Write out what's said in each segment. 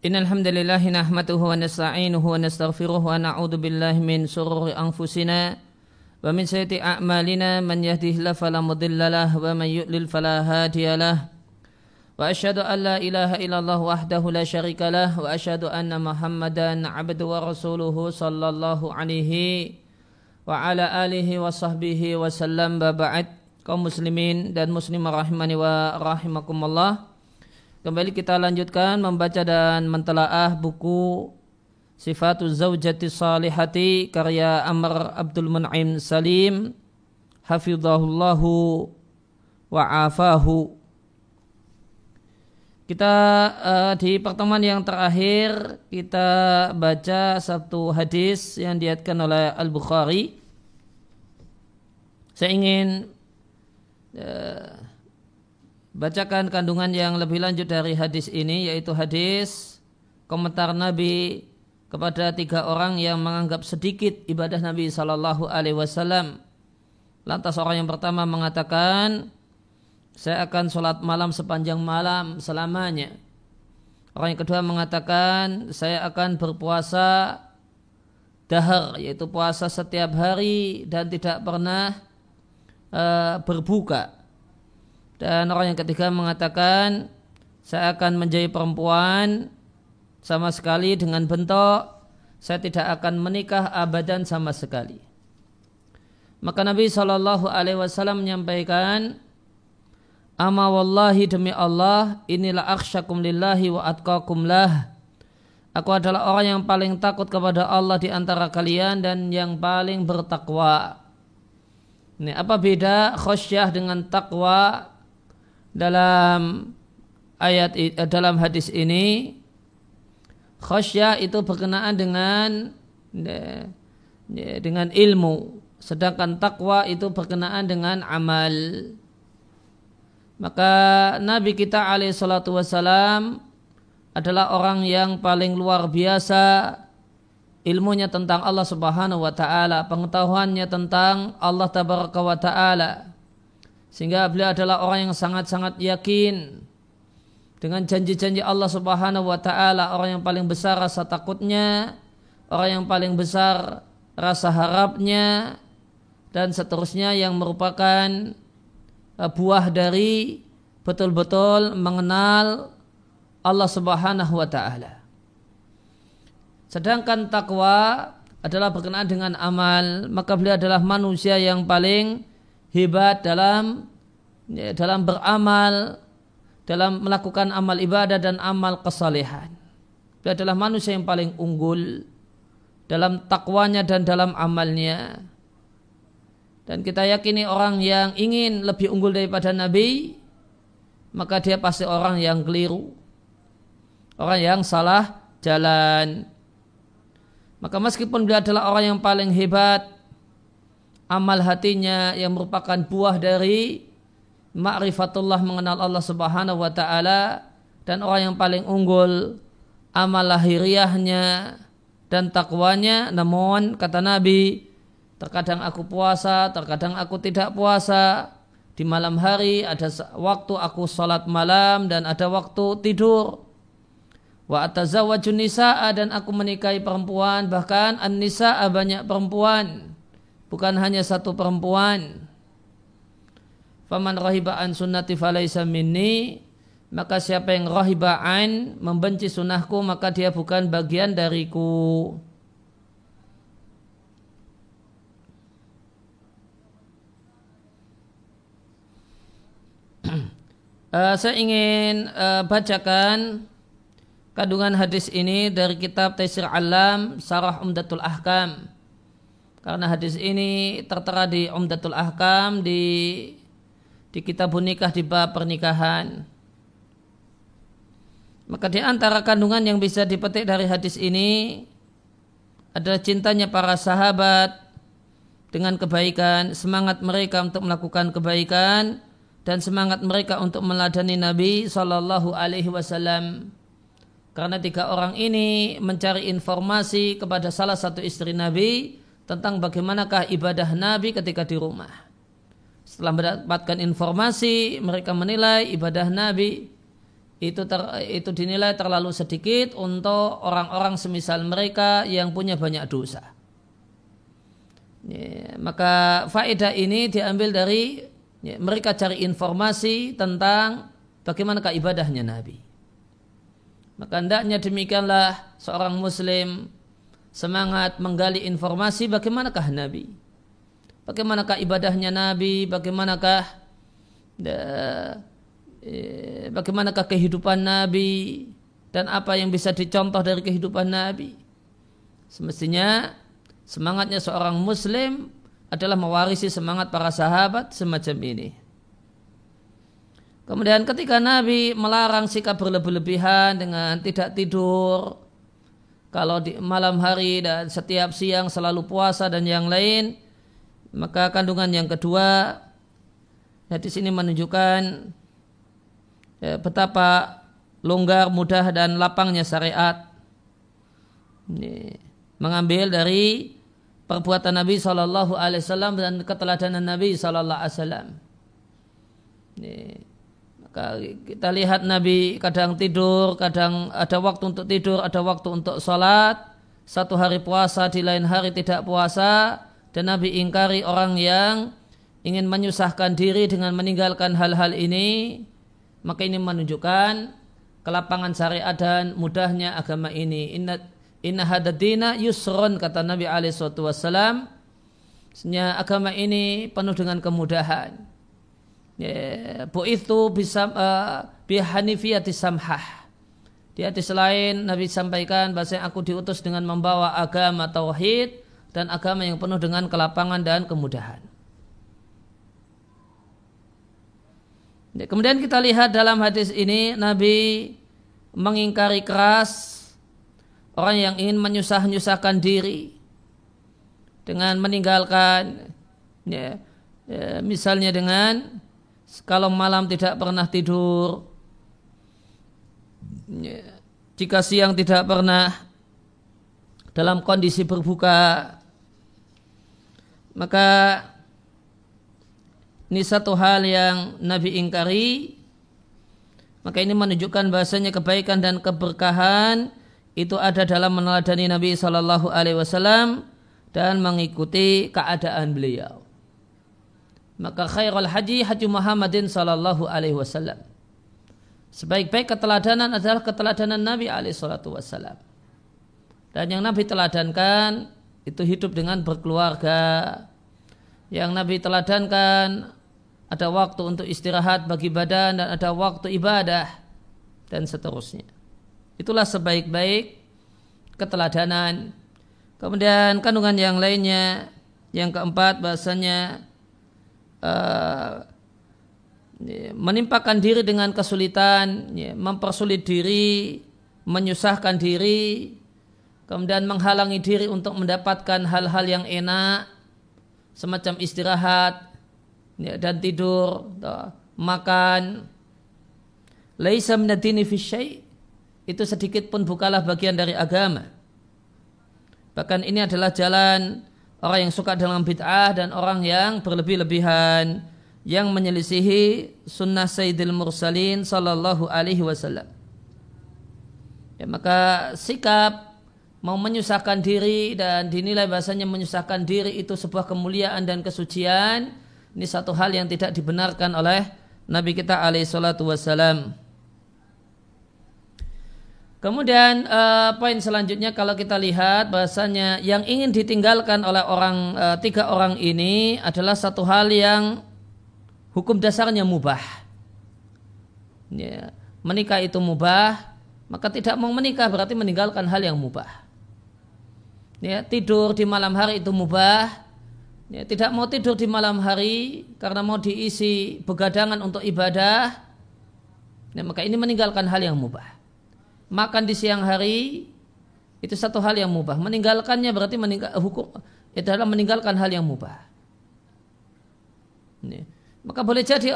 Innal hamdalillah nahmaduhu wa nasta'inuhu wa nastaghfiruh wa na'udzu billahi min shururi anfusina wa min sayyiati a'malina man yahdihillahu fala mudilla lahu wa man yudlil fala hadiya lahu wa asyhadu an la ilaha illallah wahdahu la syarika lahu wa asyhadu anna Muhammadan 'abduhu wa rasuluhu sallallahu alaihi wa ala alihi wa sahbihi wa sallam. Ba'd, kaum muslimin dan muslimah rahimani wa rahimakumullah. Kembali kita lanjutkan membaca dan mentelaah buku Sifatuz Zaujati Salihati karya Amr Abdul Mun'im Salim hafizahullahu wa afahu. Kita di pertemuan yang terakhir kita baca satu hadis yang diriwayatkan oleh Al-Bukhari. Saya ingin bacakan kandungan yang lebih lanjut dari hadis ini, yaitu hadis komentar Nabi kepada 3 orang yang menganggap sedikit ibadah Nabi SAW. Lantas orang yang pertama mengatakan, saya akan sholat malam sepanjang malam selamanya. Orang yang kedua mengatakan, saya akan berpuasa dahar, yaitu puasa setiap hari dan tidak pernah berbuka. Dan orang yang ketiga mengatakan, saya akan menjadi perempuan sama sekali dengan bentuk, saya tidak akan menikah abadan sama sekali. Maka Nabi SAW menyampaikan, ama wallahi demi Allah, inilah akhsyakum lillahi wa atqakum lah. Aku adalah orang yang paling takut kepada Allah di antara kalian dan yang paling bertakwa. Ini apa beda khasyah dengan takwa? Dalam dalam hadis ini, khasyah itu berkenaan dengan ilmu, sedangkan takwa itu berkenaan dengan amal. Maka Nabi kita alaihi salatu wassalam adalah orang yang paling luar biasa ilmunya tentang Allah Subhanahu wa taala, pengetahuannya tentang Allah tabaraka wa taala. Sehingga beliau adalah orang yang sangat-sangat yakin dengan janji-janji Allah Subhanahu wa taala, orang yang paling besar rasa takutnya, orang yang paling besar rasa harapnya, dan seterusnya, yang merupakan buah dari betul-betul mengenal Allah Subhanahu wa taala. Sedangkan takwa adalah berkenaan dengan amal, maka beliau adalah manusia yang paling hebat dalam beramal, dalam melakukan amal ibadah dan amal kesalehan. Dia adalah manusia yang paling unggul dalam takwanya dan dalam amalnya. Dan kita yakini orang yang ingin lebih unggul daripada Nabi, maka dia pasti orang yang keliru, orang yang salah jalan. Maka meskipun dia adalah orang yang paling hebat, amal hatinya yang merupakan buah dari ma'rifatullah, mengenal Allah Subhanahu wa taala, dan orang yang paling unggul amal lahiriahnya dan takwanya. Namun kata Nabi, terkadang aku puasa, terkadang aku tidak puasa. Di malam hari ada waktu aku salat malam dan ada waktu tidur. Wa atazawwajun nisaa, dan aku menikahi perempuan, bahkan an-nisaa, banyak perempuan, bukan hanya satu perempuan. Faman rahiba an sunnati falaysa minni, maka siapa yang rahiba an, membenci sunnahku, maka dia bukan bagian dariku. Saya ingin bacakan kandungan hadis ini dari kitab Taisir Alam Sarah Umdatul Ahkam. Karena hadis ini tertera di Umdatul Ahkam, di kitab nikah, di bab pernikahan. Maka di antara kandungan yang bisa dipetik dari hadis ini adalah cintanya para sahabat dengan kebaikan, semangat mereka untuk melakukan kebaikan, dan semangat mereka untuk meladani Nabi Sallallahu Alaihi Wasallam. Karena 3 orang ini mencari informasi kepada salah satu istri Nabi tentang bagaimanakah ibadah Nabi ketika di rumah. Setelah mendapatkan informasi, mereka menilai ibadah Nabi itu dinilai terlalu sedikit untuk orang-orang semisal mereka yang punya banyak dosa. Ya, maka faedah ini diambil dari mereka cari informasi tentang bagaimanakah ibadahnya Nabi. Maka hendaknya demikianlah seorang muslim semangat menggali informasi bagaimanakah Nabi, bagaimanakah ibadahnya Nabi, bagaimanakah kehidupan Nabi, dan apa yang bisa dicontoh dari kehidupan Nabi. Semestinya semangatnya seorang muslim adalah mewarisi semangat para sahabat semacam ini. Kemudian ketika Nabi melarang sikap berlebih-lebihan dengan tidak tidur kalau di malam hari dan setiap siang selalu puasa dan yang lain, maka kandungan yang kedua di sini menunjukkan betapa longgar, mudah dan lapangnya syariat. Ini mengambil dari perbuatan Nabi SAW dan keteladanan Nabi SAW. Maka kita lihat Nabi kadang tidur, kadang ada waktu untuk tidur, ada waktu untuk sholat. Satu hari puasa, di lain hari tidak puasa. Dan Nabi ingkari orang yang ingin menyusahkan diri dengan meninggalkan hal-hal ini. Maka ini menunjukkan kelapangan syariat dan mudahnya agama ini. Inna hadad dina yusron, kata Nabi SAW. Sebenarnya agama ini penuh dengan kemudahan. Bu'ithu bihanifiyati samhah. Di hadis lain Nabi sampaikan bahwa aku diutus dengan membawa agama tauhid dan agama yang penuh dengan kelapangan dan kemudahan. Kemudian kita lihat dalam hadis ini Nabi mengingkari keras orang yang ingin menyusahkan diri dengan meninggalkan misalnya dengan kalau malam tidak pernah tidur, jika siang tidak pernah dalam kondisi berbuka, maka ini satu hal yang Nabi ingkari. Maka ini menunjukkan bahasanya kebaikan dan keberkahan itu ada dalam meneladani Nabi SAW dan mengikuti keadaan beliau. Maka khairul haji Muhammadin sallallahu alaihi wasallam. Sebaik-baik keteladanan adalah keteladanan Nabi alaihi salatu wasallam. Dan yang Nabi teladankan itu hidup dengan berkeluarga. Yang Nabi teladankan ada waktu untuk istirahat bagi badan dan ada waktu ibadah dan seterusnya. Itulah sebaik-baik keteladanan. Kemudian kandungan yang lainnya, yang keempat bahasanya menimpakan diri dengan kesulitan, mempersulit diri, menyusahkan diri, kemudian menghalangi diri untuk mendapatkan hal-hal yang enak semacam istirahat dan tidur, makan. Laisa minad-dini fi syai', itu sedikit pun bukanlah bagian dari agama. Bahkan ini adalah jalan orang yang suka dalam bid'ah dan orang yang berlebih-lebihan yang menyelisihi sunnah Sayyidil Mursalin sallallahu alaihi wasallam. Maka sikap mau menyusahkan diri dan dinilai bahasanya menyusahkan diri itu sebuah kemuliaan dan kesucian, ini satu hal yang tidak dibenarkan oleh Nabi kita alaihi salatu wasallam. Kemudian poin selanjutnya kalau kita lihat bahasanya yang ingin ditinggalkan oleh tiga orang ini adalah satu hal yang hukum dasarnya mubah. Ya, menikah itu mubah, maka tidak mau menikah berarti meninggalkan hal yang mubah. Ya, tidur di malam hari itu mubah. Ya, tidak mau tidur di malam hari karena mau diisi begadangan untuk ibadah, ya, maka ini meninggalkan hal yang mubah. Makan di siang hari itu satu hal yang mubah. Meninggalkannya berarti hukum itu adalah meninggalkan hal yang mubah. Ini. Maka boleh jadi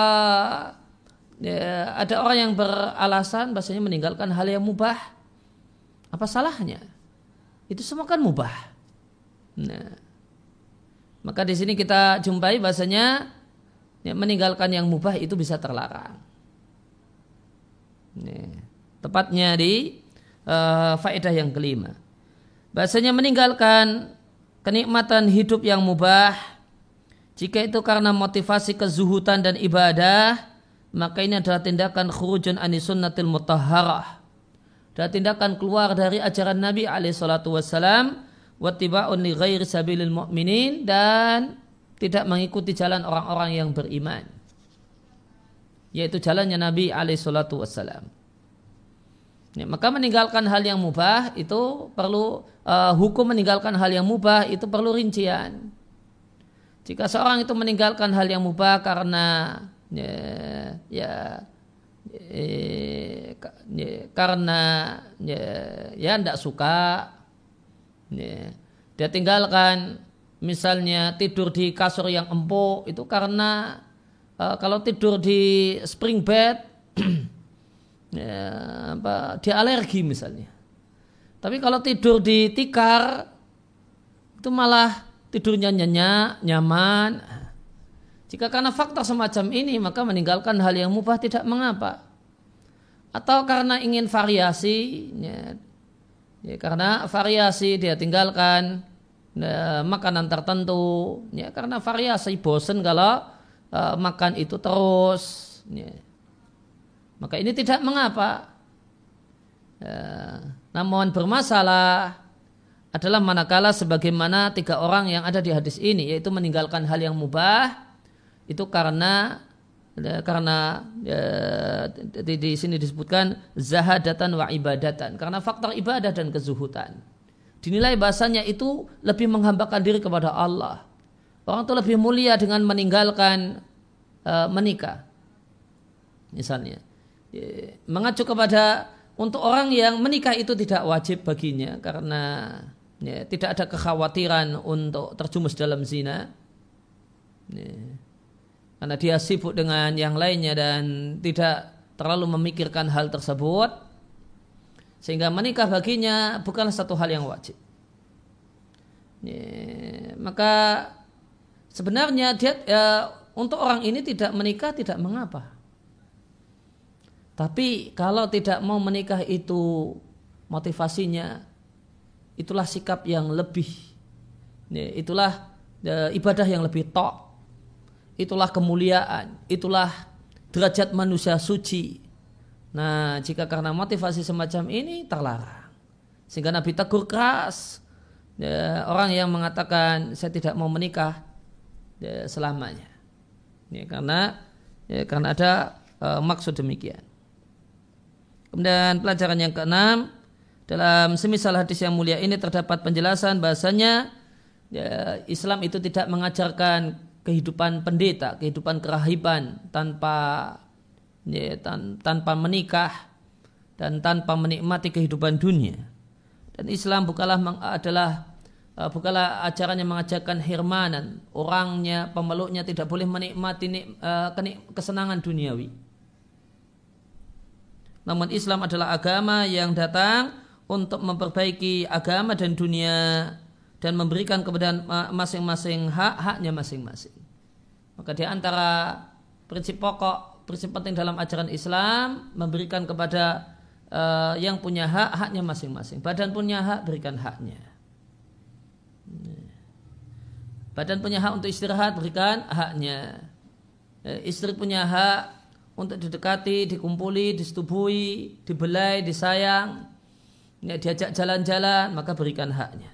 ada orang yang beralasan bahasanya meninggalkan hal yang mubah. Apa salahnya? Itu semua kan mubah. Nah, maka di sini kita jumpai bahasanya meninggalkan yang mubah itu bisa terlarang. Tepatnya di faedah yang kelima. Bahasanya meninggalkan kenikmatan hidup yang mubah, jika itu karena motivasi kezuhudan dan ibadah, maka ini adalah tindakan khurujun anis sunnatil mutahharah. Dan tindakan keluar dari ajaran Nabi alaihissalatu wassalam, wattiba'un li ghairi sabilil mu'minin, dan tidak mengikuti jalan orang-orang yang beriman, yaitu jalannya Nabi alaihissalatu wassalam. Ya, maka meninggalkan hal yang mubah itu perlu hukum meninggalkan hal yang mubah itu perlu rincian. Jika seorang itu meninggalkan hal yang mubah karena tidak suka, dia tinggalkan misalnya tidur di kasur yang empuk itu karena kalau tidur di spring bed dia alergi misalnya. Tapi kalau tidur di tikar itu malah tidurnya nyenyak, nyaman. Jika karena faktor semacam ini, maka meninggalkan hal yang mubah tidak mengapa. Atau karena ingin variasi, karena variasi dia tinggalkan makanan tertentu, karena variasi bosan kalau makan itu terus. Maka ini tidak mengapa. Namun bermasalah adalah manakala sebagaimana 3 orang yang ada di hadis ini, yaitu meninggalkan hal yang mubah itu karena di sini disebutkan zahadatan wa ibadatan, karena faktor ibadah dan kezuhudan. Dinilai bahasanya itu lebih menghambakan diri kepada Allah. Orang itu lebih mulia dengan meninggalkan menikah. Misalnya mengacu kepada untuk orang yang menikah itu tidak wajib baginya karena tidak ada kekhawatiran untuk terjumus dalam zina, karena dia sibuk dengan yang lainnya dan tidak terlalu memikirkan hal tersebut, sehingga menikah baginya bukanlah satu hal yang wajib. Maka sebenarnya dia untuk orang ini tidak menikah tidak mengapa. Tapi kalau tidak mau menikah itu motivasinya, itulah sikap yang lebih, itulah ibadah yang lebih tok, itulah kemuliaan, itulah derajat manusia suci. Nah, jika karena motivasi semacam ini terlarang. Sehingga Nabi tegur keras orang yang mengatakan saya tidak mau menikah selamanya. Karena ada maksud demikian. Kemudian pelajaran yang keenam, dalam semisal hadis yang mulia ini terdapat penjelasan bahasanya Islam itu tidak mengajarkan kehidupan pendeta, kehidupan kerahiban tanpa menikah dan tanpa menikmati kehidupan dunia. Dan Islam bukanlah ajaran yang mengajarkan hirmanan, orangnya, pemeluknya tidak boleh menikmati kesenangan duniawi. Namun Islam adalah agama yang datang untuk memperbaiki agama dan dunia dan memberikan kepada masing-masing hak-haknya masing-masing. Maka di antara prinsip pokok, prinsip penting dalam ajaran Islam memberikan kepada yang punya hak-haknya masing-masing. Badan punya hak, berikan haknya. Badan punya hak untuk istirahat, berikan haknya. Istri punya hak untuk didekati, dikumpuli, disetubuhi, dibelai, disayang, diajak jalan-jalan, maka berikan haknya.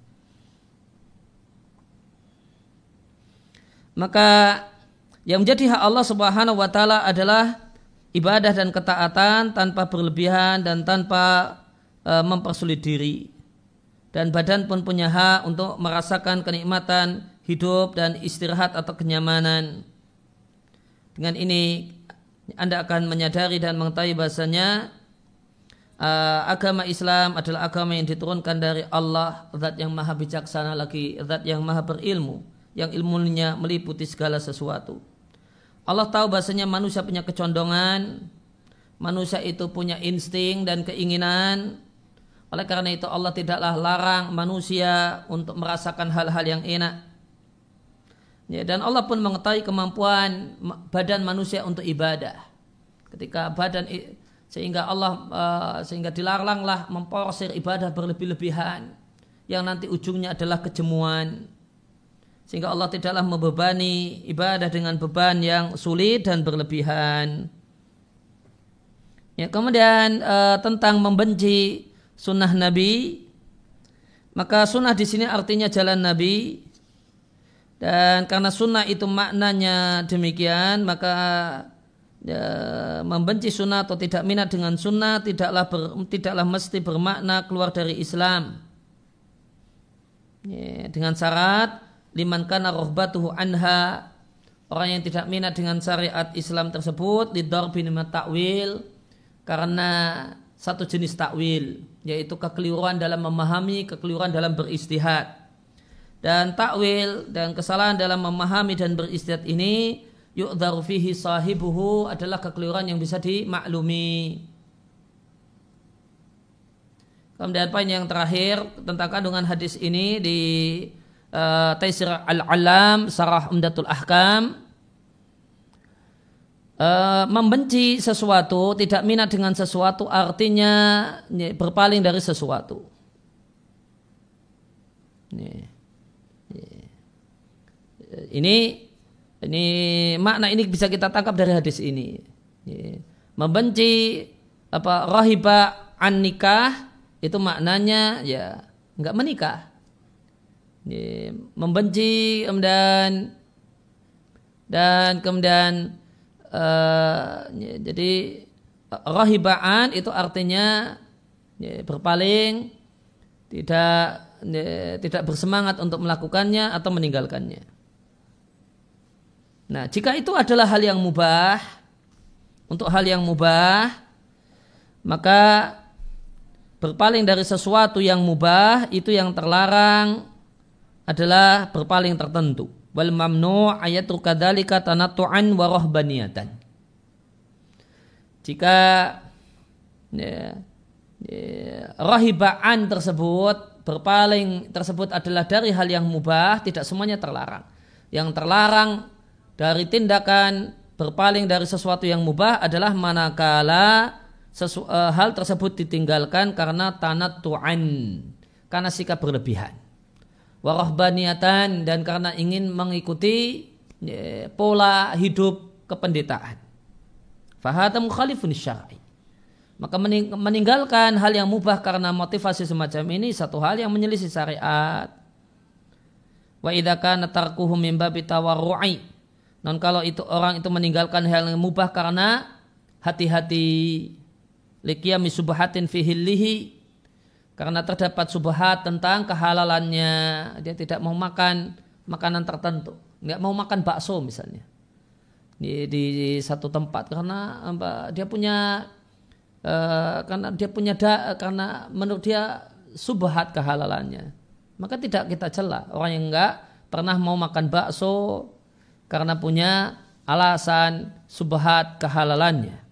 Maka yang menjadi hak Allah Subhanahu wa taala adalah ibadah dan ketaatan tanpa berlebihan dan tanpa mempersulit diri. Dan badan pun punya hak untuk merasakan kenikmatan hidup dan istirahat atau kenyamanan. Dengan ini Anda akan menyadari dan mengetahui bahasanya agama Islam adalah agama yang diturunkan dari Allah, zat yang maha bijaksana lagi zat yang maha berilmu, yang ilmunya meliputi segala sesuatu. Allah tahu bahasanya manusia punya kecondongan, manusia itu punya insting dan keinginan. Oleh karena itu Allah tidaklah larang manusia untuk merasakan hal-hal yang enak. Dan Allah pun mengetahui kemampuan badan manusia untuk ibadah. Ketika sehingga dilaranglah memporsir ibadah berlebih-lebihan yang nanti ujungnya adalah kejemuan, sehingga Allah tidaklah membebani ibadah dengan beban yang sulit dan berlebihan. Ya, kemudian tentang membenci sunnah Nabi, maka sunnah di sini artinya jalan Nabi, dan karena sunnah itu maknanya demikian, maka membenci sunnah atau tidak minat dengan sunnah tidaklah mesti bermakna keluar dari Islam. Ya, dengan syarat liman kana rahbatuhu anha, orang yang tidak minat dengan syariat Islam tersebut, lidarbi min ta'wil, karena satu jenis takwil, yaitu kekeliruan dalam memahami, kekeliruan dalam beristihad. Dan takwil dan kesalahan dalam memahami dan beristihad ini yu'dharu fihi sahibuhu, adalah kekeliruan yang bisa dimaklumi. Kemudian poin yang terakhir tentang kandungan hadis ini di Taisir Al-Alam Sarah Umdatul Ahkam, membenci sesuatu, tidak minat dengan sesuatu artinya berpaling dari sesuatu. Ini makna ini bisa kita tangkap dari hadis ini. Membenci rahiba an nikah, itu maknanya ya enggak menikah. Membenci kemudian jadi rahibaan itu artinya berpaling, tidak bersemangat untuk melakukannya atau meninggalkannya. Nah, jika itu adalah hal yang mubah, untuk hal yang mubah, maka berpaling dari sesuatu yang mubah, itu yang terlarang adalah berpaling tertentu. Wal mamnu' ayatruka dzalika tanattu'an wa rahbaniyatan. Jika rahibaan tersebut, berpaling tersebut adalah dari hal yang mubah, tidak semuanya terlarang. Yang terlarang dari tindakan berpaling dari sesuatu yang mubah adalah manakala hal tersebut ditinggalkan karena tanattu'an, karena sikap berlebihan, warahbaniyatan, dan karena ingin mengikuti pola hidup kependetaan. Fahadha mukhalifun syar'i, maka meninggalkan hal yang mubah karena motivasi semacam ini satu hal yang menyelisih syariat. Wa idza kana tarkuhu min babi tawarru'i, non kalau itu orang itu meninggalkan hal yang mubah karena hati-hati, liqiyami subhatin fi hillihi, karena terdapat subhat tentang kehalalannya, dia tidak mau makan makanan tertentu, nggak mau makan bakso misalnya di satu tempat karena dia punya karena menurut dia subhat kehalalannya, maka tidak kita cela orang yang nggak pernah mau makan bakso karena punya alasan subhat kehalalannya.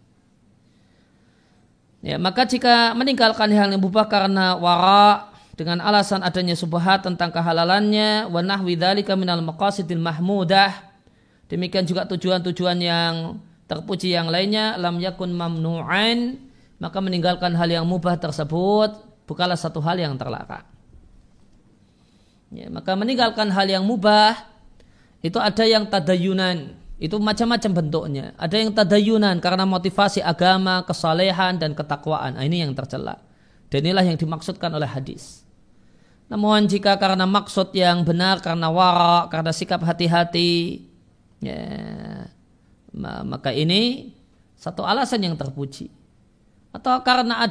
Ya, maka jika meninggalkan hal yang mubah karena wara, dengan alasan adanya subhat tentang kehalalannya, wa nahwi dzalika minal maqasidil mahmudah, demikian juga tujuan-tujuan yang terpuji yang lainnya, lam yakun mamnu'an, maka meninggalkan hal yang mubah tersebut bukanlah satu hal yang terlarang. Ya, maka meninggalkan hal yang mubah itu ada yang tadayunan, itu macam-macam bentuknya. Ada yang tadayunan karena motivasi agama, kesalehan dan ketakwaan. Ini yang tercela. Dan inilah yang dimaksudkan oleh hadis. Namun jika karena maksud yang benar, karena wara, karena sikap hati-hati, ya, maka ini satu alasan yang terpuji. Atau karena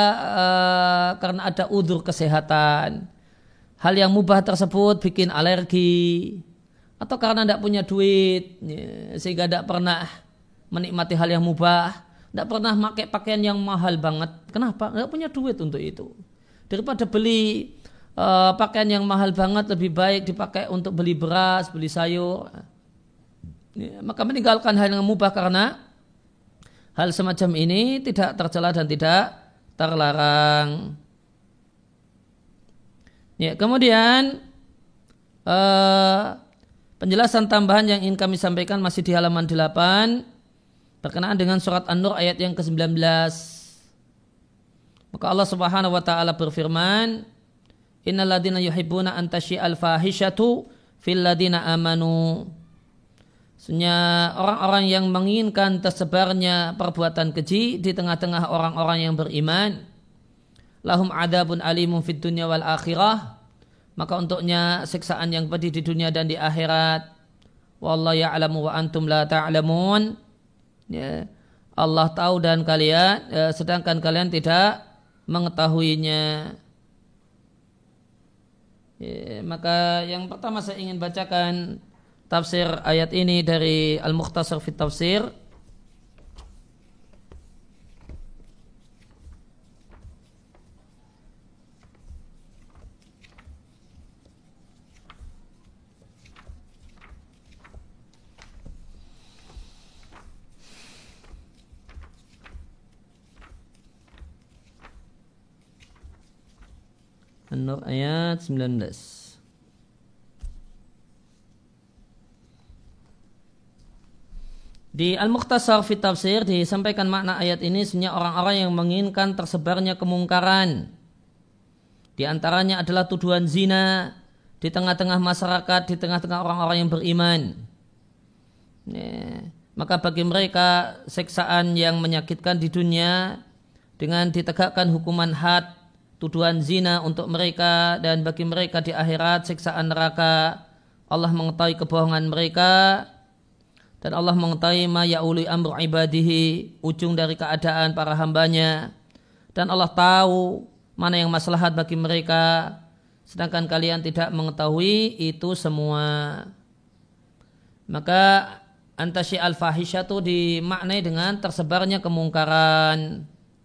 ada udzur kesehatan, hal yang mubah tersebut bikin alergi, atau karena tidak punya duit sehingga tidak pernah menikmati hal yang mubah, tidak pernah pakai pakaian yang mahal banget. Kenapa? Tidak punya duit untuk itu. Daripada beli pakaian yang mahal banget, lebih baik dipakai untuk beli beras, beli sayur. Maka meninggalkan hal yang mubah karena hal semacam ini tidak tercela dan tidak terlarang. Ya, kemudian penjelasan tambahan yang ingin kami sampaikan masih di halaman 8 berkenaan dengan surat An-Nur ayat yang ke-19. Maka Allah Subhanahu wa taala berfirman, innal ladzina yuhibbuna an tasyi'al fahishatu fil ladzina amanu. Sesungguhnya orang-orang yang menginginkan tersebarnya perbuatan keji di tengah-tengah orang-orang yang beriman, lahum adzabun alimun fid dunya wal akhirah, maka untuknya siksaan yang pedih di dunia dan di akhirat. Wallahu ya'lamu wa antum la ta'lamun. Ya, Allah tahu dan kalian sedangkan kalian tidak mengetahuinya. Ya, maka yang pertama saya ingin bacakan tafsir ayat ini dari Al-Mukhtasar fi Tafsir. An-Nur ayat 19. Di Al-Mukhtasar fi Tafsir disampaikan makna ayat ini sebenarnya orang-orang yang menginginkan tersebarnya kemungkaran. Di antaranya adalah tuduhan zina di tengah-tengah masyarakat, di tengah-tengah orang-orang yang beriman. Maka bagi mereka siksaan yang menyakitkan di dunia dengan ditegakkan hukuman had, tuduhan zina untuk mereka, dan bagi mereka di akhirat siksaan neraka. Allah mengetahui kebohongan mereka dan Allah mengetahui ma ya'uli amru ibadihi, ujung dari keadaan para hambanya, dan Allah tahu mana yang maslahat bagi mereka sedangkan kalian tidak mengetahui itu semua. Maka antasyi al-fahisyatu dimaknai dengan tersebarnya kemungkaran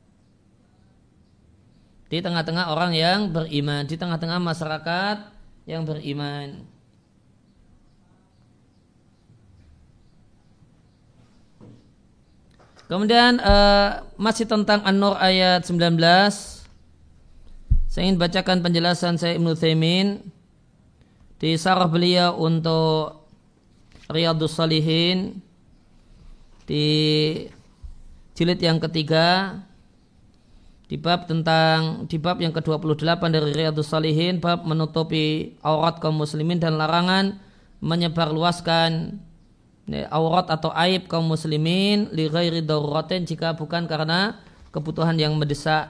di tengah-tengah orang yang beriman, di tengah-tengah masyarakat yang beriman. Kemudian masih tentang An-Nur ayat 19, saya ingin bacakan penjelasan saya Ibnu Utsaimin di syarah beliau untuk Riyadhus Shalihin di jilid yang ketiga, di bab yang ke-28 dari Riyadhus Shalihin, bab menutupi aurat kaum muslimin dan larangan menyebarluaskan aurat atau aib kaum muslimin li ghairi daruratin, jika bukan karena kebutuhan yang mendesak.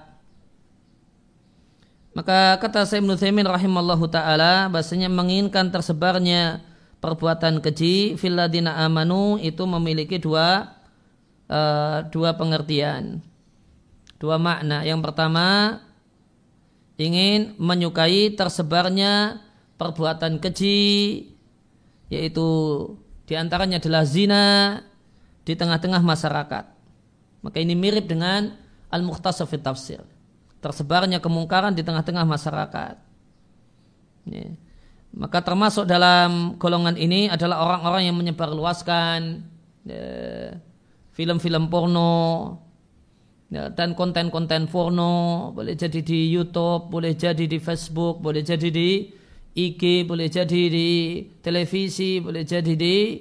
Maka kata Syekh Ibnu Utsaimin rahimallahu taala, bahasanya menginginkan tersebarnya perbuatan keji fil ladina amanu itu memiliki dua pengertian, dua makna. Yang pertama, ingin menyukai tersebarnya perbuatan keji, yaitu diantaranya adalah zina di tengah-tengah masyarakat. Maka ini mirip dengan Al-Mukhtasar fi Tafsir, tersebarnya kemungkaran di tengah-tengah masyarakat. Ya. Maka termasuk dalam golongan ini adalah orang-orang yang menyebarluaskan film-film porno, dan konten-konten porno, boleh jadi di YouTube, boleh jadi di Facebook, boleh jadi di IG, boleh jadi di televisi, boleh jadi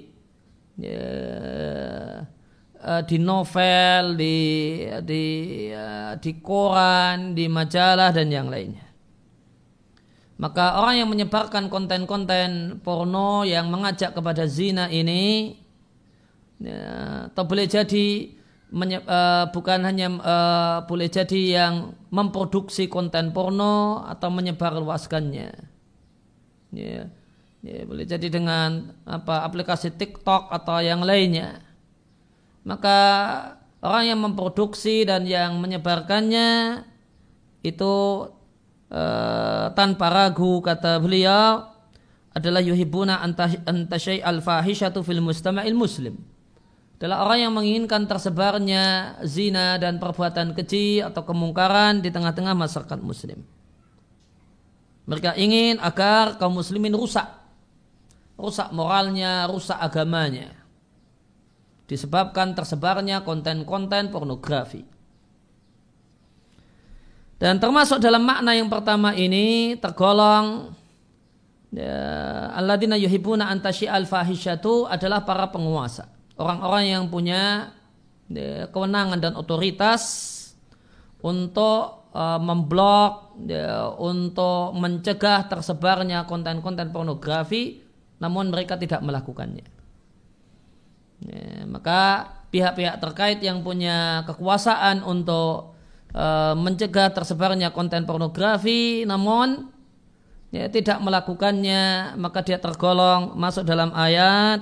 di novel, di koran, di majalah dan yang lainnya. Maka orang yang menyebarkan konten-konten porno yang mengajak kepada zina ini, atau boleh jadi bukan hanya boleh jadi yang memproduksi konten porno atau menyebarluaskannya. Boleh jadi dengan aplikasi TikTok atau yang lainnya. Maka orang yang memproduksi dan yang menyebarkannya itu tanpa ragu, kata beliau, adalah yuhibuna antasyai al-fahishatu fil mustama'il muslim, adalah orang yang menginginkan tersebarnya zina dan perbuatan keji atau kemungkaran di tengah-tengah masyarakat muslim. Mereka ingin agar kaum muslimin rusak moralnya, rusak agamanya, disebabkan tersebarnya konten-konten pornografi. Dan termasuk dalam makna yang pertama ini tergolong alladzina yuhibbuna an tasyi'al fahisyatu adalah para penguasa, orang-orang yang punya kewenangan dan otoritas untuk memblok, untuk mencegah tersebarnya konten-konten pornografi, namun mereka tidak melakukannya. Maka pihak-pihak terkait yang punya kekuasaan untuk mencegah tersebarnya konten pornografi, namun tidak melakukannya, maka dia tergolong masuk dalam ayat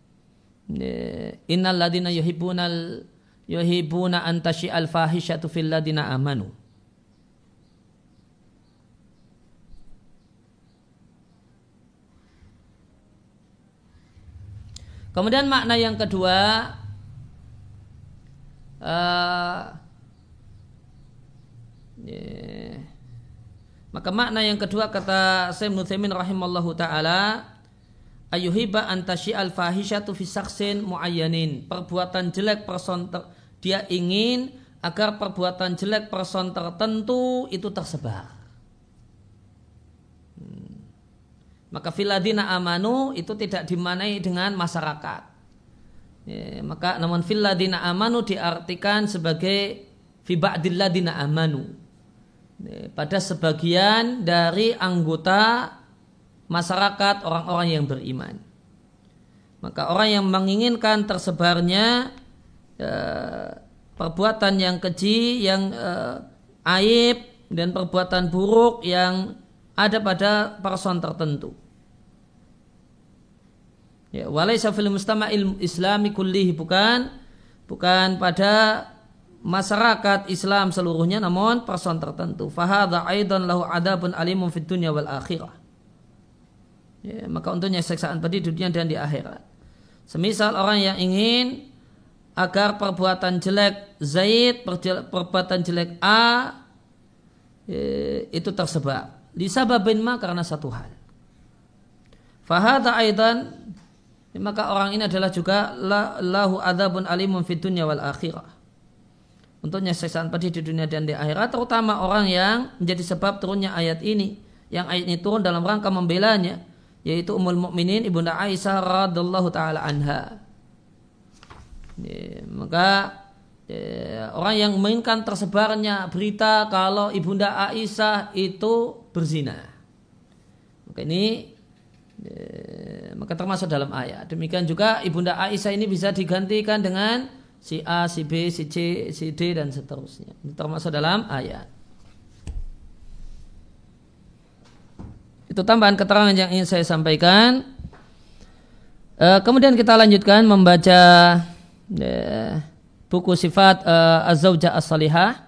innal ladzina yuhibbuna an tasyi'al fahisyatu fil ladzina amanu. Kemudian makna yang kedua, maka makna yang kedua kata Syekh Ibnu Utsaimin rahimallahu taala, ayuhiba antasyi'al fahisyatu fi saksin muayyanin. Perbuatan jelek person dia ingin agar perbuatan jelek person tertentu itu tersebar. Maka filadina amanu itu tidak dimanai dengan masyarakat. Maka namun filadina amanu diartikan sebagai fi ba'dil ladina amanu. Pada sebagian dari anggota masyarakat orang-orang yang beriman. Maka orang yang menginginkan tersebarnya perbuatan yang keji, yang aib dan perbuatan buruk yang ada pada person tertentu. Ya, walaysa fil mustama'il islami kullihi, bukan pada masyarakat Islam seluruhnya, namun person tertentu. Fahadha aidan lahu adabun alimun fid dunya wal akhirah. Ya, maka untuknya siksaan pedih di dunia dan di akhirat. Semisal orang yang ingin agar perbuatan jelek Zaid, perbuatan jelek A itu tersebar. Disababin ma, karena satu hal. Fahadha aidan, maka orang ini adalah juga lahu adzabun alimun fid dunya wal akhirah. Untuknya siksaan pedih di dunia dan di akhirat, terutama orang yang menjadi sebab turunnya ayat ini. Yang ayat ini turun dalam rangka membelanya, yaitu Ummul Mukminin Ibunda Aisyah radhiyallahu taala anha. Maka orang yang menginginkan tersebarnya berita kalau Ibunda Aisyah itu berzina, maka ini maka termasuk dalam ayat. Demikian juga Ibunda Aisyah ini bisa digantikan dengan si A, si B, si C, si D dan seterusnya. Ini termasuk dalam ayat. Itu tambahan keterangan yang ingin saya sampaikan. Kemudian kita lanjutkan membaca buku sifat Az-Zawjah As-Salihah.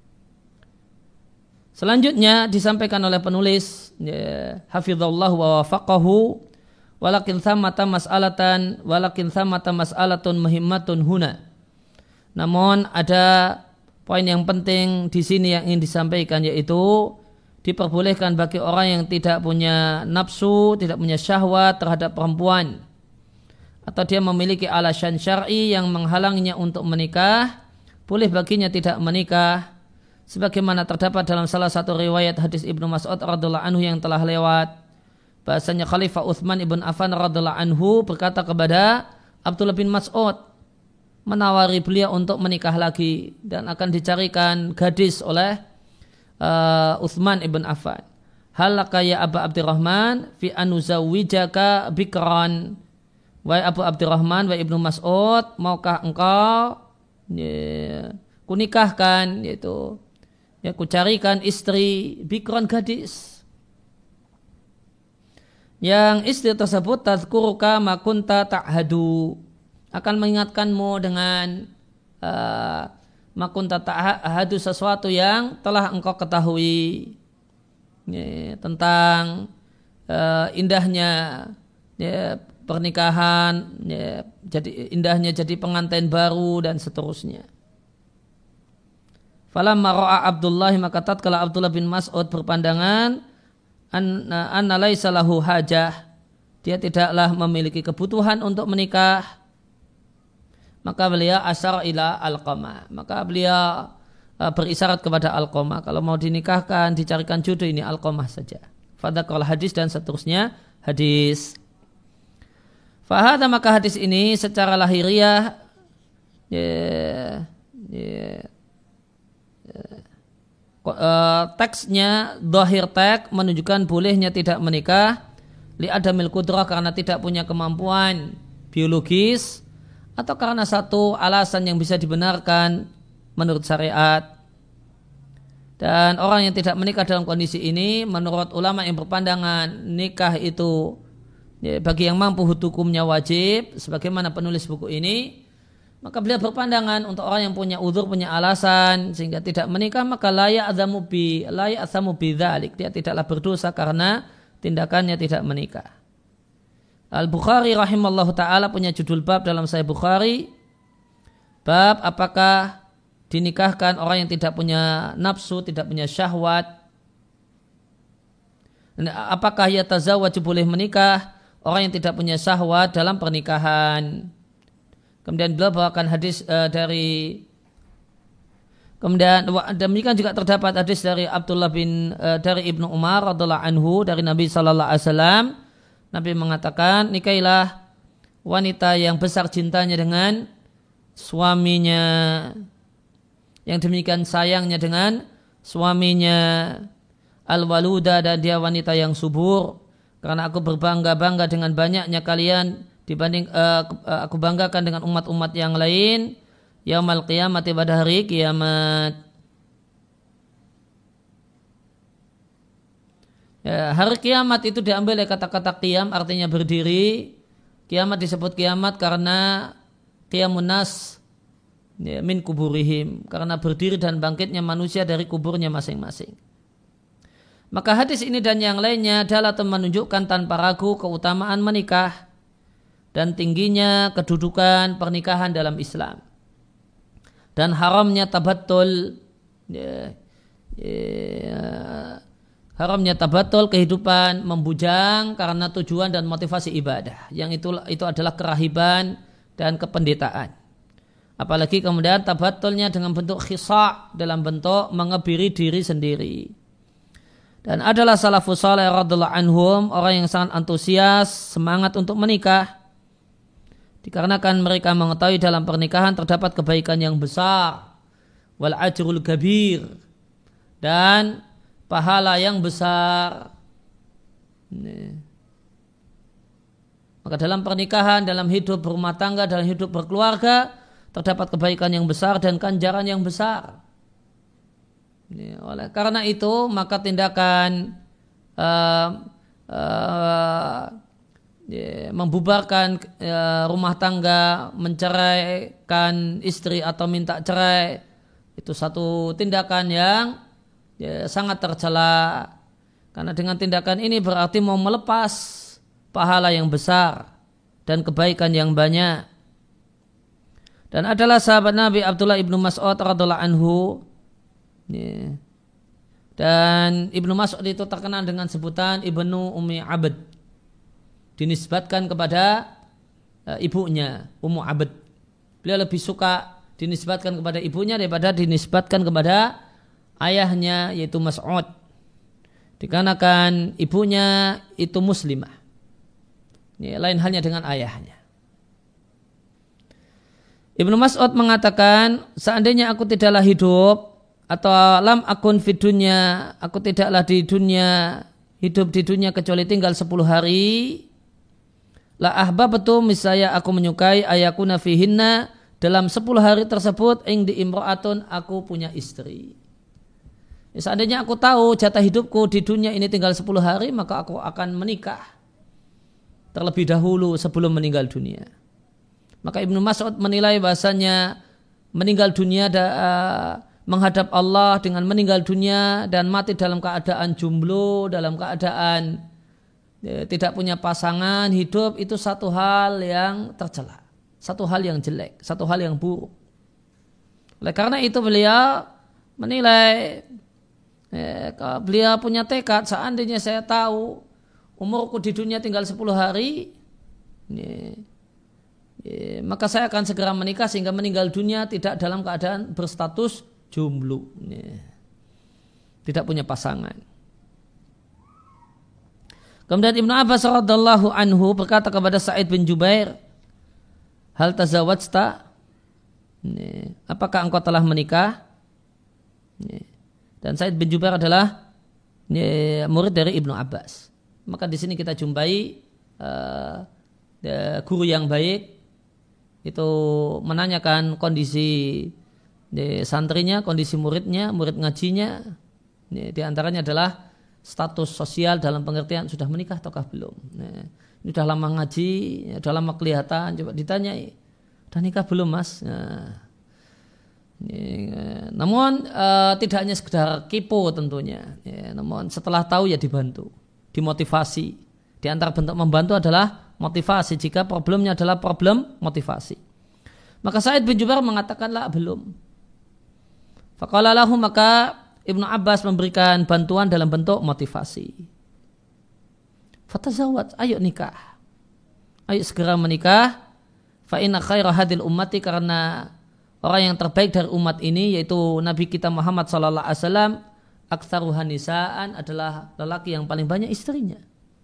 Selanjutnya disampaikan oleh penulis hafizallahu wa wafaqahu, walakin thamata mas'alatun muhimmatun huna. Namun ada poin yang penting di sini yang ingin disampaikan, yaitu diperbolehkan bagi orang yang tidak punya nafsu, tidak punya syahwat terhadap perempuan, atau dia memiliki alasan syar'i yang menghalanginya untuk menikah, boleh baginya tidak menikah, sebagaimana terdapat dalam salah satu riwayat hadis Ibnu Mas'ud radhiyallahu anhu yang telah lewat, bahasanya Khalifah Utsman ibn Affan radhiyallahu anhu berkata kepada Abdullah bin Mas'ud, menawari beliau untuk menikah lagi dan akan dicarikan gadis oleh Utsman ibn Affan. Halaka ya Aba Abdurrahman fi anuzawwijaka bikran. Wahai Abu Abdurrahman, wahai Ibnu Mas'ud, maukah engkau kunikahkan, yaitu kucarikan istri bikran, gadis yang istri tersebut tadhkuruka ma kunta ta'hadu, akan mengingatkanmu dengan ma kunta ta'hadu, sesuatu yang telah engkau ketahui tentang indahnya pernikahan, jadi indahnya jadi pengantin baru dan seterusnya. Falamma ra'a Abdullah, maka tatkala Abdullah bin Mas'ud berpandangan anna laisa lahu hajah, dia tidaklah memiliki kebutuhan untuk menikah, maka beliau asyara ila Alqamah, maka beliau berisyarat kepada Alqamah, kalau mau dinikahkan, dicarikan jodoh ini Alqamah saja. Fadzakal hadis dan seterusnya hadis. Fahada, maka hadis ini secara lahiriah teksnya dhahir teks menunjukkan bolehnya tidak menikah li adamil qudrah karena tidak punya kemampuan biologis atau karena satu alasan yang bisa dibenarkan menurut syariat. Dan orang yang tidak menikah dalam kondisi ini menurut ulama yang berpandangan nikah itu bagi yang mampu hukumnya wajib sebagaimana penulis buku ini, maka beliau berpandangan untuk orang yang punya uzur, punya alasan sehingga tidak menikah, maka la ya'zamu bi dzalik, dia tidaklah berdosa karena tindakannya tidak menikah. Al-Bukhari rahimallahu ta'ala punya judul bab dalam Sahih Bukhari, bab apakah dinikahkan orang yang tidak punya nafsu, tidak punya syahwat. Apakah yatazawwaj boleh menikah orang yang tidak punya syahwat dalam pernikahan. Kemudian beliau bawakan hadis kemudian demikian juga terdapat hadis dari Abdullah dari Ibnu Umar radhiallahu anhu dari Nabi sallallahu alaihi wasallam. Nabi mengatakan, nikailah wanita yang besar cintanya dengan suaminya, yang demikian sayangnya dengan suaminya, al-waluda, dan dia wanita yang subur, karena aku berbangga-bangga dengan banyaknya kalian dibanding aku banggakan dengan umat-umat yang lain yaumal qiyamah, pada hari kiamat. Ya, hari kiamat itu diambil dari kata-kata qiyam, artinya berdiri. Kiamat disebut kiamat karena qiyamun nas min kuburihim, karena berdiri dan bangkitnya manusia dari kuburnya masing-masing. Maka hadis ini dan yang lainnya adalah menunjukkan tanpa ragu keutamaan menikah dan tingginya kedudukan pernikahan dalam Islam dan haramnya tabattul, haramnya tabattul, kehidupan membujang karena tujuan dan motivasi ibadah, yang itu adalah kerahiban dan kependetaan. Apalagi kemudian tabattulnya dengan bentuk khisa', dalam bentuk mengebiri diri sendiri. Dan adalah salafus saleh radhiyallahu anhum orang yang sangat antusias, semangat untuk menikah, dikarenakan mereka mengetahui dalam pernikahan terdapat kebaikan yang besar, wal ajrul kabir, dan pahala yang besar. Maka dalam pernikahan, dalam hidup berumah tangga, dalam hidup berkeluarga terdapat kebaikan yang besar dan ganjaran yang besar. Oleh karena itu maka tindakan membubarkan rumah tangga, menceraikan istri atau minta cerai, itu satu tindakan yang sangat tercela, karena dengan tindakan ini berarti mau melepas pahala yang besar dan kebaikan yang banyak. Dan adalah sahabat Nabi Abdullah ibnu Mas'ud radhiallahu anhu, dan Ibnu Mas'ud itu terkenal dengan sebutan Ibnu Ummi Abd, dinisbatkan kepada ibunya Ummu Abd. Beliau lebih suka dinisbatkan kepada ibunya daripada dinisbatkan kepada ayahnya, yaitu Mas'ud, dikarenakan ibunya itu muslimah. Lain halnya dengan ayahnya. Ibnu Mas'ud mengatakan, seandainya aku tidaklah hidup atau lam akun fid dunya, aku tidaklah di dunia, hidup di dunia kecuali tinggal 10 hari, la ahbabtu, misalnya aku menyukai ayakuna fihinna, dalam 10 hari tersebut indi imra'atun, aku punya istri. Seandainya aku tahu jatah hidupku di dunia ini tinggal 10 hari, maka aku akan menikah terlebih dahulu sebelum meninggal dunia. Maka Ibnu Mas'ud menilai bahasanya meninggal dunia menghadap Allah dengan meninggal dunia dan mati dalam keadaan jomblo, dalam keadaan tidak punya pasangan hidup, itu satu hal yang tercela, satu hal yang jelek, satu hal yang buruk. Oleh karena itu beliau menilai, beliau punya tekad, seandainya saya tahu umurku di dunia tinggal 10 hari, maka saya akan segera menikah sehingga meninggal dunia tidak dalam keadaan berstatus jomblo, tidak punya pasangan. Kemudian Ibnu Abbas radhiyallahu anhu berkata kepada Sa'id bin Jubair, hal tazawwajta, apakah engkau telah menikah? Dan Sa'id bin Jubair adalah murid dari Ibnu Abbas. Maka di sini kita jumpai guru yang baik itu menanyakan kondisi santrinya, kondisi muridnya, murid ngajinya. Di antaranya adalah status sosial dalam pengertian sudah menikah ataukah belum. Ini sudah lama ngaji, sudah lama kelihatan, coba ditanyai, sudah nikah belum mas? Namun tidak hanya sekedar kepo tentunya, namun setelah tahu ya dibantu, dimotivasi. Di antara bentuk membantu adalah motivasi jika problemnya adalah problem motivasi. Maka Sa'id bin Jubair mengatakanlah belum. Faqala lahu, maka Ibnu Abbas memberikan bantuan dalam bentuk motivasi. Fatazawwaj, ayo nikah. Ayo segera menikah. Fa inna khaira hadil ummati, karena orang yang terbaik dari umat ini yaitu Nabi kita Muhammad sallallahu alaihi wasallam, aktsaruha nisaan, adalah lelaki yang paling banyak istrinya.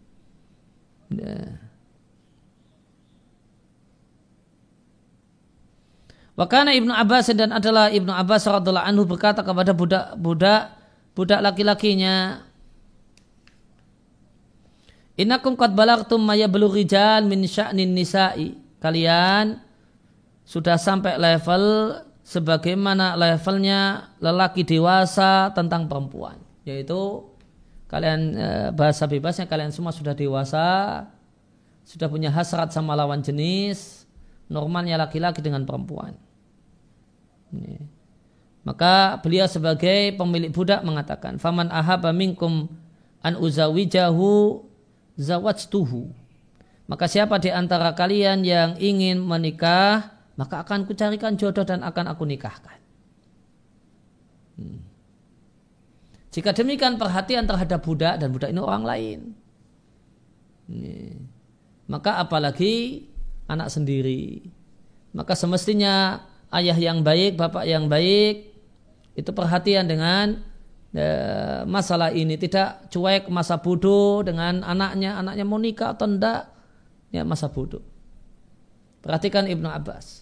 Wa kana Ibnu Abbas, dan adalah Ibnu Abbas radhiyallahu anhu berkata kepada budak laki-lakinya, innakum qad balagtum ma yablughu rijal min sya'nin nisa'i, kalian sudah sampai level sebagaimana levelnya lelaki dewasa tentang perempuan, yaitu kalian bahasa bebasnya kalian semua sudah dewasa, sudah punya hasrat sama lawan jenis, normalnya laki-laki dengan perempuan. Maka beliau sebagai pemilik budak mengatakan, faman ahaba minkum an uzawijahu zawajtuhu, maka siapa di antara kalian yang ingin menikah, maka akan kucarikan jodoh dan akan aku nikahkan. Jika demikian perhatian terhadap budak, dan budak ini orang lain, maka apalagi anak sendiri. Maka semestinya ayah yang baik, bapak yang baik itu perhatian dengan masalah ini, tidak cuek masa bodoh dengan anaknya mau nikah atau enggak, ya masa bodoh. Perhatikan Ibnu Abbas.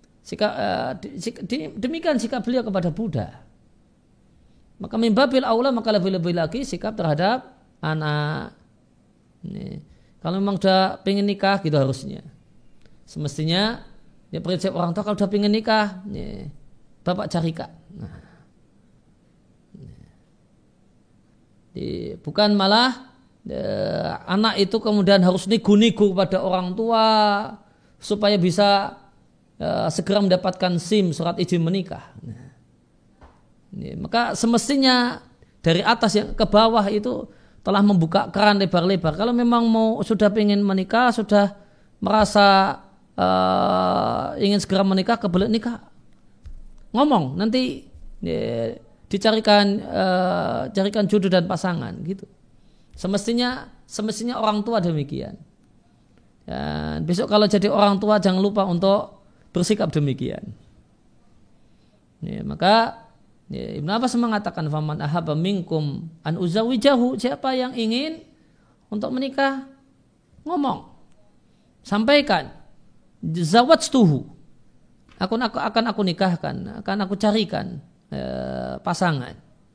Demikian sikap beliau kepada budak. Maka mimbabil aula, maka lebih-lebih lagi sikap terhadap anak. Kalau memang sudah pengen nikah gitu harusnya. Semestinya ya prinsip orang tua, kalau sudah pengen nikah, bapak carikan. Bukan malah anak itu kemudian harus nego-nego pada orang tua supaya bisa segera mendapatkan SIM, surat izin menikah. Maka semestinya dari atas yang ke bawah itu telah membuka keran lebar-lebar. Kalau memang sudah ingin menikah, sudah merasa ingin segera menikah, kebelet nikah, ngomong nanti dicarikan carikan jodoh dan pasangan gitu. Semestinya orang tua demikian. Dan besok kalau jadi orang tua jangan lupa untuk bersikap demikian. Maka Ibnu Abbas mengatakan, faman ahaba minkum an uzawijahu, siapa yang ingin untuk menikah, ngomong, sampaikan, zawajtuhu, akan aku nikahkan, akan aku carikan pasangan.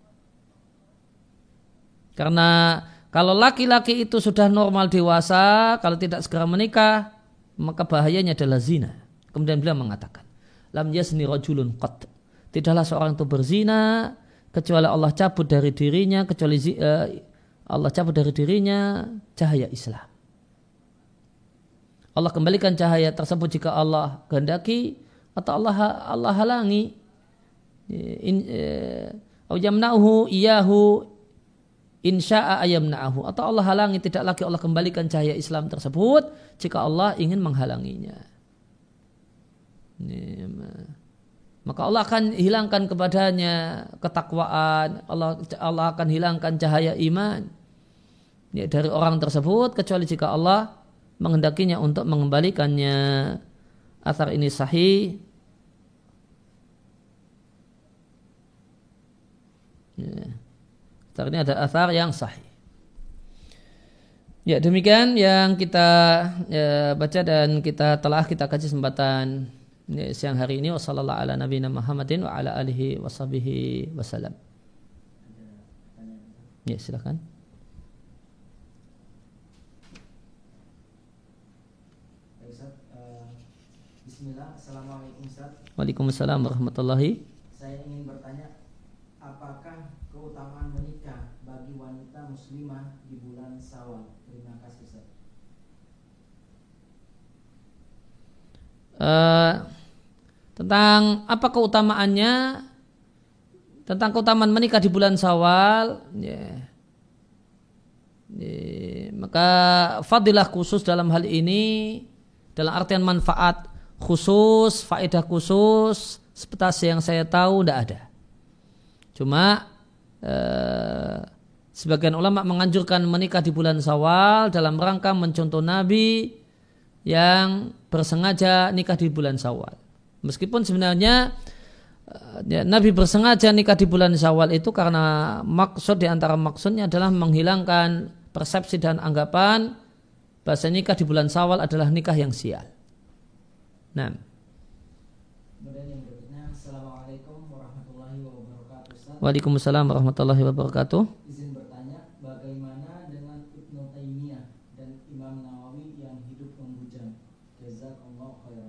Karena kalau laki-laki itu sudah normal dewasa, kalau tidak segera menikah, maka bahayanya adalah zina. Kemudian beliau mengatakan, lam yazni rajulun qat, tidaklah seorang itu berzina kecuali Allah cabut dari dirinya, Allah cabut dari dirinya cahaya Islam. Allah kembalikan cahaya tersebut jika Allah kehendaki atau Allah halangi. Au yamna'uhu iyahu insya'a ayamna'ahu, atau Allah halangi, tidak lagi Allah kembalikan cahaya Islam tersebut jika Allah ingin menghalanginya. Maka Allah akan hilangkan kepadanya ketakwaan, Allah akan hilangkan cahaya iman dari orang tersebut kecuali jika Allah menghendakinya untuk mengembalikannya. Athar ini sahih. Athar ini ada athar yang sahih. Ya, demikian yang kita baca dan kita kaji kesempatan siang hari ini. Wassallallahu ala nabiyina Muhammadin wa ala alihi washabihi wasallam. Ya, silakan. Bismillah, Assalamualaikum Ustaz. Waalaikumsalam warahmatullahi. Saya ingin bertanya, apakah keutamaan menikah bagi wanita muslimah di bulan Syawal? Terima kasih Ustaz. Tentang apa keutamaannya, tentang keutamaan menikah di bulan Syawal, maka fadilah khusus dalam hal ini, dalam artian manfaat khusus, faedah khusus, seperti yang saya tahu tidak ada. Cuma sebagian ulama menganjurkan menikah di bulan Syawal dalam rangka mencontoh Nabi yang bersengaja nikah di bulan Syawal. Meskipun sebenarnya Nabi bersengaja nikah di bulan Syawal itu karena maksud di antara maksudnya adalah menghilangkan persepsi dan anggapan bahasa nikah di bulan Syawal adalah nikah yang sial. Nah. Kemudian yang berikutnya, Assalamualaikum warahmatullahi wabarakatuh Ustaz. Waalaikumsalam warahmatullahi wabarakatuh. Izin bertanya, bagaimana dengan Ibnu Taimiyah dan Imam Nawawi yang hidup membujang? Jazakallahu khairan.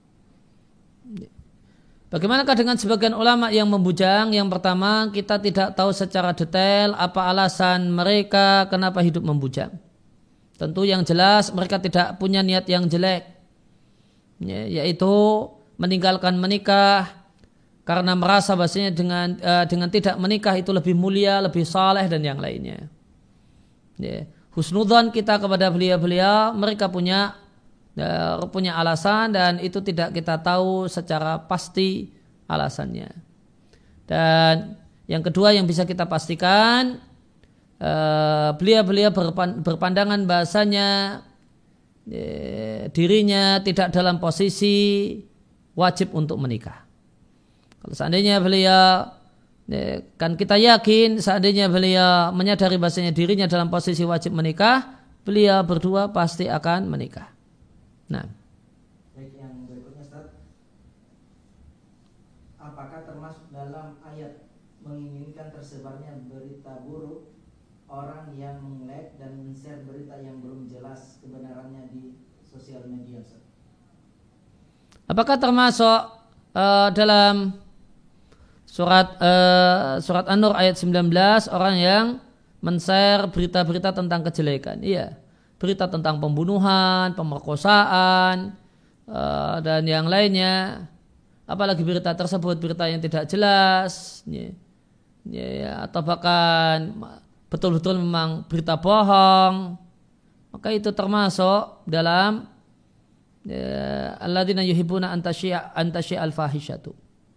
Bagaimanakah dengan sebagian ulama yang membujang? Yang pertama, kita tidak tahu secara detail apa alasan mereka kenapa hidup membujang. Tentu yang jelas mereka tidak punya niat yang jelek, yaitu meninggalkan menikah karena merasa bahasanya dengan tidak menikah itu lebih mulia, lebih saleh dan yang lainnya. Husnudzon kita kepada beliau-beliau, mereka punya alasan dan itu tidak kita tahu secara pasti alasannya. Dan yang kedua yang bisa kita pastikan, beliau-beliau berpandangan bahasanya dirinya tidak dalam posisi wajib untuk menikah. Kalau seandainya beliau, kan kita yakin seandainya beliau menyadari bahasanya dirinya dalam posisi wajib menikah, beliau berdua pasti akan menikah. Nah, baik, yang berikutnya Ustaz, apakah termasuk dalam ayat menginginkan tersebarnya berita buruk orang yang meng-like dan men-share berita yang belum jelas kebenarannya di sosial media Ustaz? Apakah termasuk dalam surat An-Nur ayat 19 orang yang men-share berita-berita tentang kejelekan? Iya. Berita tentang pembunuhan, pemerkosaan, dan yang lainnya. Apalagi berita tersebut berita yang tidak jelas, atau bahkan betul-betul memang berita bohong, maka itu termasuk dalam alladzina yuhibbuna antasyi'a al-fahishatu.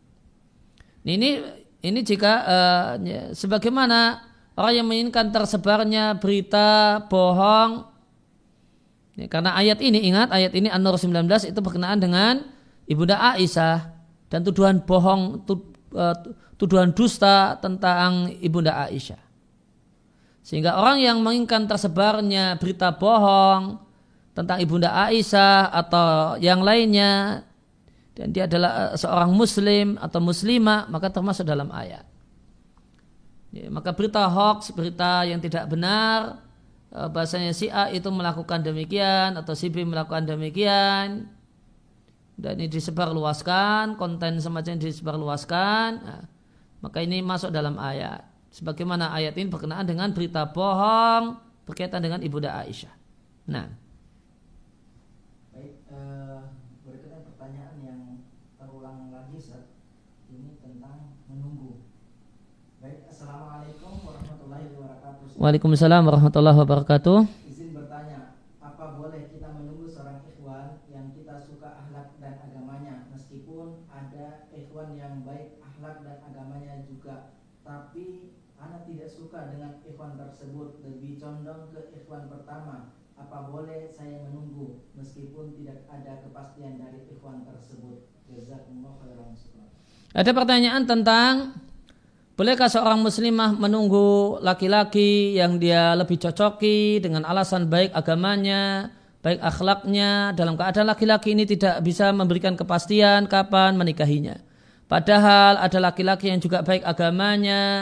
Ini jika sebagaimana orang yang menginginkan tersebarnya berita bohong. Karena ayat ini, ingat ayat ini An-Nur 19 itu berkenaan dengan Ibunda Aisyah dan tuduhan bohong, tuduhan dusta tentang Ibunda Aisyah. Sehingga orang yang menginginkan tersebarnya berita bohong tentang Ibunda Aisyah atau yang lainnya dan dia adalah seorang muslim atau muslimah, maka termasuk dalam ayat. Maka berita hoax, berita yang tidak benar, bahasanya si A itu melakukan demikian atau si B melakukan demikian dan ini disebarluaskan, konten semacam ini disebarluaskan, maka ini masuk dalam ayat. Sebagaimana ayat ini berkenaan dengan berita bohong berkaitan dengan Ibunda Aisyah. Nah, baik, berikutnya pertanyaan yang terulang lagi Ustaz, ini tentang menunggu. Baik, Assalamualaikum warahmatullahi wabarakatuh. Waalaikumsalam warahmatullahi wabarakatuh. Izin bertanya, apa boleh kita menunggu seorang ikhwan yang kita suka akhlak dan agamanya, meskipun ada ikhwan yang baik akhlak dan agamanya juga, tapi ana tidak suka dengan ikhwan tersebut, lebih condong ke ikhwan pertama. Apa boleh saya menunggu meskipun tidak ada kepastian dari ikhwan tersebut? Jazakumullah khairan. Ada pertanyaan tentang bolehkah seorang muslimah menunggu laki-laki yang dia lebih cocoki dengan alasan baik agamanya, baik akhlaknya, dalam keadaan laki-laki ini tidak bisa memberikan kepastian kapan menikahinya. Padahal ada laki-laki yang juga baik agamanya,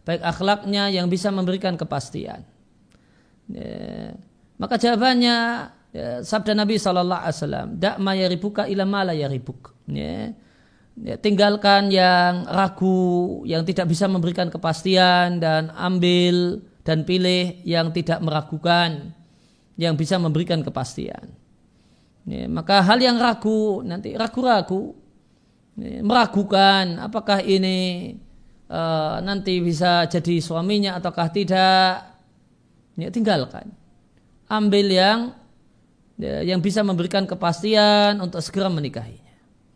baik akhlaknya yang bisa memberikan kepastian. Ya. Maka jawabannya sabda Nabi SAW, dak ma yaribuka ila ma la yaribuk. Ya. Ya, tinggalkan yang ragu, yang tidak bisa memberikan kepastian, dan ambil dan pilih yang tidak meragukan, yang bisa memberikan kepastian. Ya, maka hal yang ragu, nanti ragu-ragu, ya, meragukan apakah ini nanti bisa jadi suaminya ataukah tidak, ya, tinggalkan. Ambil yang bisa memberikan kepastian untuk segera menikahinya.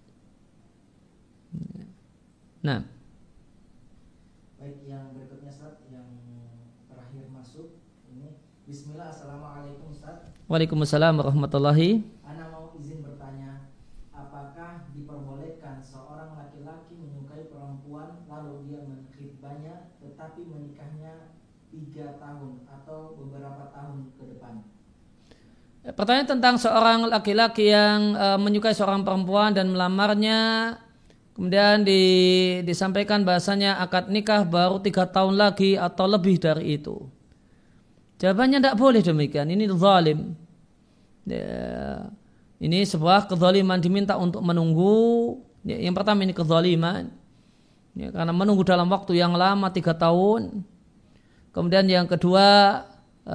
Nah, baik, yang berikutnya Ustaz, yang terakhir masuk ini. Bismillah, assalamualaikum Ustaz. Waalaikumsalam warahmatullahi. Ana mau izin bertanya, apakah diperbolehkan seorang laki-laki menyukai perempuan lalu dia mengkhitbahnya tetapi menikahnya 3 tahun atau beberapa tahun ke depan? Pertanyaan tentang seorang laki-laki yang menyukai seorang perempuan dan melamarnya, kemudian disampaikan bahasanya akad nikah baru 3 tahun lagi atau lebih dari itu. Jawabannya tidak boleh demikian. Ini zalim. Ya, ini sebuah kezaliman, diminta untuk menunggu. Ya, yang pertama ini kezaliman. Ya, karena menunggu dalam waktu yang lama 3 tahun. Kemudian yang kedua,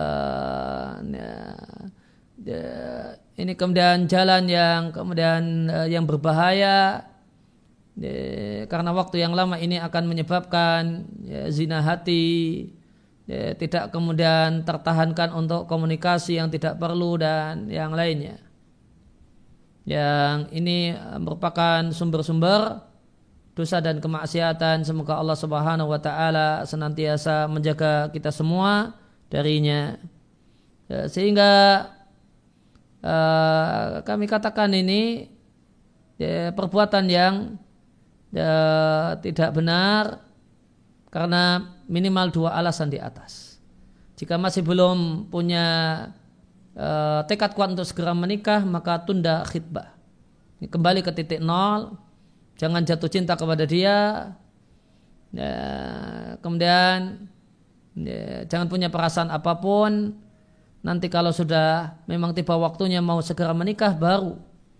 ini kemudian jalan yang berbahaya. Karena waktu yang lama ini akan menyebabkan zina hati, tidak kemudian tertahankan untuk komunikasi yang tidak perlu dan yang lainnya. Yang ini merupakan sumber-sumber dosa dan kemaksiatan. Semoga Allah Subhanahu wa taala senantiasa menjaga kita semua darinya. Sehingga kami katakan ini perbuatan yang tidak benar karena minimal 2 alasan di atas. Jika masih belum punya tekad kuat untuk segera menikah, maka tunda khitbah. Kembali ke titik nol, jangan jatuh cinta kepada dia. Kemudian jangan punya perasaan apapun. Nanti kalau sudah memang tiba waktunya mau segera menikah, baru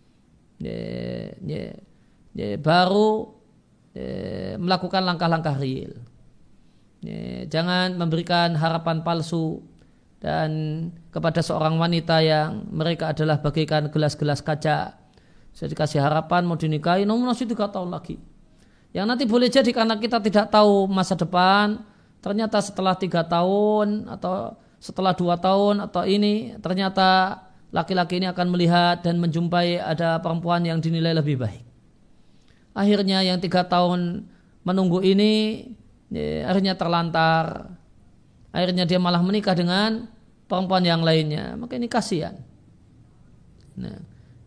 melakukan langkah-langkah real. Jangan memberikan harapan palsu dan kepada seorang wanita yang mereka adalah bagaikan gelas-gelas kaca. Saya dikasih harapan mau dinikahi, namun masih 3 tahun lagi. Yang nanti boleh jadi karena kita tidak tahu masa depan, ternyata setelah 3 tahun atau setelah 2 tahun atau ini, ternyata laki-laki ini akan melihat dan menjumpai ada perempuan yang dinilai lebih baik. Akhirnya yang 3 tahun menunggu ini akhirnya terlantar. Akhirnya dia malah menikah dengan perempuan yang lainnya. Maka ini kasihan. Nah,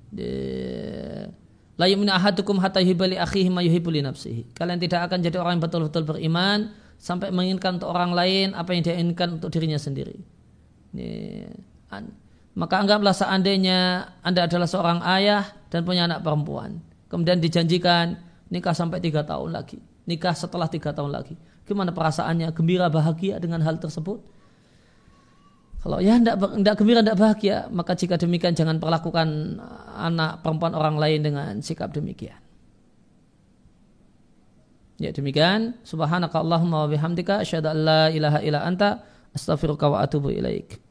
la yu'minu ahadukum hatta yuhibba li akhihi ma yuhibbu li nafsihi. Kalian tidak akan jadi orang yang betul-betul beriman sampai menginginkan untuk orang lain apa yang dia inginkan untuk dirinya sendiri. Maka anggaplah seandainya Anda adalah seorang ayah dan punya anak perempuan. Kemudian dijanjikan nikah sampai 3 tahun lagi. Nikah setelah 3 tahun lagi. Gimana perasaannya? Gembira, bahagia dengan hal tersebut? Kalau ya tidak gembira, tidak bahagia, maka jika demikian jangan perlakukan anak perempuan orang lain dengan sikap demikian. Ya demikian. Subhanaka Allahumma wa bihamdika asyhadu an la ilaha illa anta astaghfiruka wa atubu ilaik.